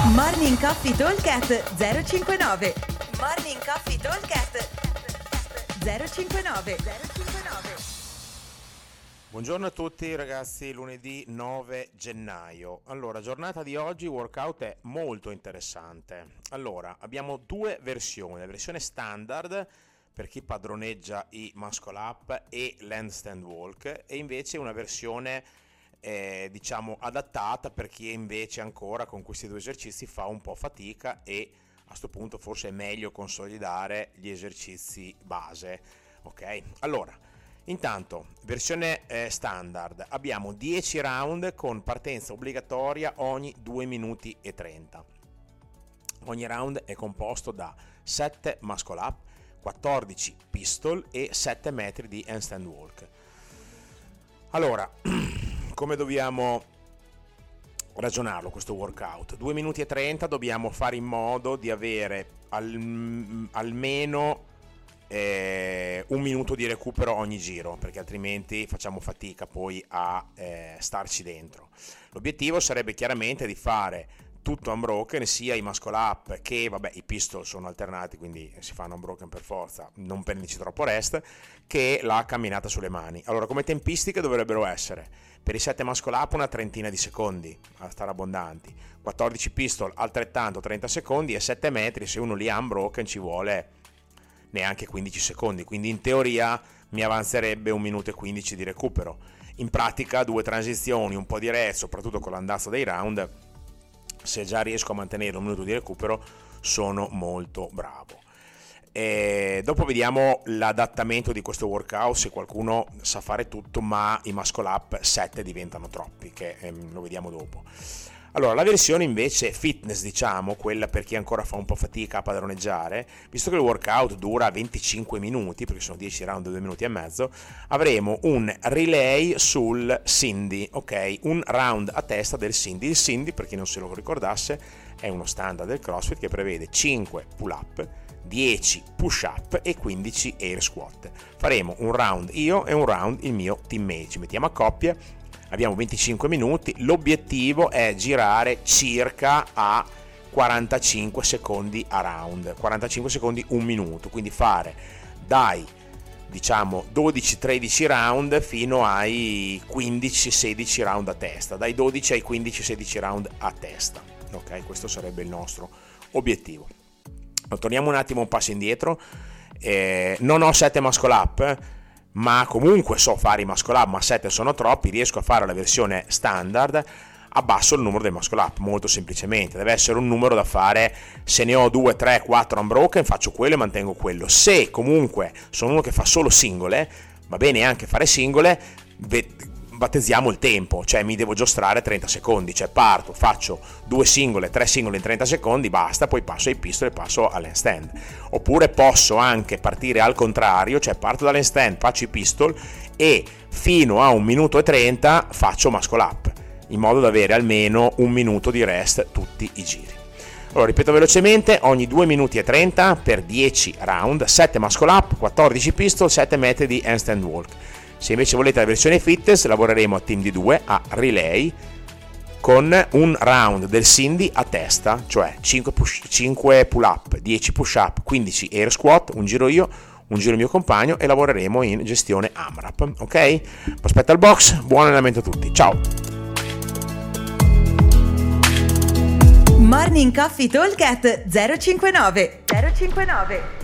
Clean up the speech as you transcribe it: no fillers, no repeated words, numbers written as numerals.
Morning Coffee Talkcast 059. Morning Coffee Talkcast 059. Buongiorno a tutti ragazzi, lunedì 9 gennaio. Allora, giornata di oggi, workout è molto interessante. Allora, abbiamo due versioni, la versione standard per chi padroneggia i muscle up e l'handstand walk, e invece una versione diciamo adattata per chi invece ancora con questi due esercizi fa un po' fatica, e a questo punto forse è meglio consolidare gli esercizi base. Ok, allora intanto versione standard, abbiamo 10 round con partenza obbligatoria ogni 2 minuti e 30. Ogni round è composto da 7 muscle up, 14 pistol e 7 metri di handstand walk. Allora, come dobbiamo ragionarlo questo workout? 2 minuti e 30 dobbiamo fare in modo di avere almeno un minuto di recupero ogni giro, perché altrimenti facciamo fatica poi a starci dentro. L'obiettivo sarebbe chiaramente di fare tutto unbroken, sia i muscle up che i pistol sono alternati, quindi si fanno unbroken per forza, non prendici troppo rest, che la camminata sulle mani. Allora, come tempistiche dovrebbero essere per i 7 muscle up una trentina di secondi a stare abbondanti, 14 pistol altrettanto 30 secondi, e 7 metri se uno li ha unbroken ci vuole neanche 15 secondi, quindi in teoria mi avanzerebbe 1 minuto e 15 di recupero. In pratica 2 transizioni, un po' di rest, soprattutto con l'andazzo dei round, se già riesco a mantenere 1 minuto di recupero sono molto bravo. E dopo vediamo l'adattamento di questo workout, se qualcuno sa fare tutto ma i muscle up 7 diventano troppi, che lo vediamo dopo. Allora, la versione invece fitness, diciamo, quella per chi ancora fa un po' fatica a padroneggiare, visto che il workout dura 25 minuti, perché sono 10 round 2 minuti e mezzo, avremo un relay sul Cindy, ok? Un round a testa del Cindy. Il Cindy, per chi non se lo ricordasse, è uno standard del CrossFit che prevede 5 pull up, 10 push up e 15 air squat. Faremo un round io e un round il mio teammate, ci mettiamo a coppia. Abbiamo 25 minuti, l'obiettivo è girare circa a 45 secondi a round, 45 secondi 1 minuto, quindi fare dai 12-13 round fino ai 15-16 round a testa, dai 12 ai 15-16 round a testa, ok? Questo sarebbe il nostro obiettivo. Torniamo un attimo un passo indietro, non ho 7 muscle up, ma comunque so fare i muscle up, ma 7 sono troppi, riesco a fare la versione standard, abbasso il numero dei muscle up, molto semplicemente, deve essere un numero da fare, se ne ho 2, 3, 4 unbroken faccio quello e mantengo quello. Se comunque sono uno che fa solo singole, va bene anche fare singole, battezziamo il tempo, cioè mi devo giostrare 30 secondi, cioè parto, faccio 2 singole, 3 singole in 30 secondi, basta, poi passo ai pistol e passo all'handstand. Oppure posso anche partire al contrario, cioè parto dall'handstand, faccio i pistol e fino a 1 minuto e 30 faccio muscle up, in modo da avere almeno 1 minuto di rest tutti i giri. Allora, ripeto velocemente, ogni 2 minuti e 30 per 10 round, 7 muscle up, 14 pistol, 7 metri di handstand walk. Se invece volete la versione fitness, lavoreremo a team di 2 a relay con un round del Cindy a testa, cioè 5 pull up, 10 push up, 15 air squat, un giro io, un giro il mio compagno, e lavoreremo in gestione AMRAP, ok? Aspetta al box, buon allenamento a tutti, ciao! Morning Coffee Talkcast 059.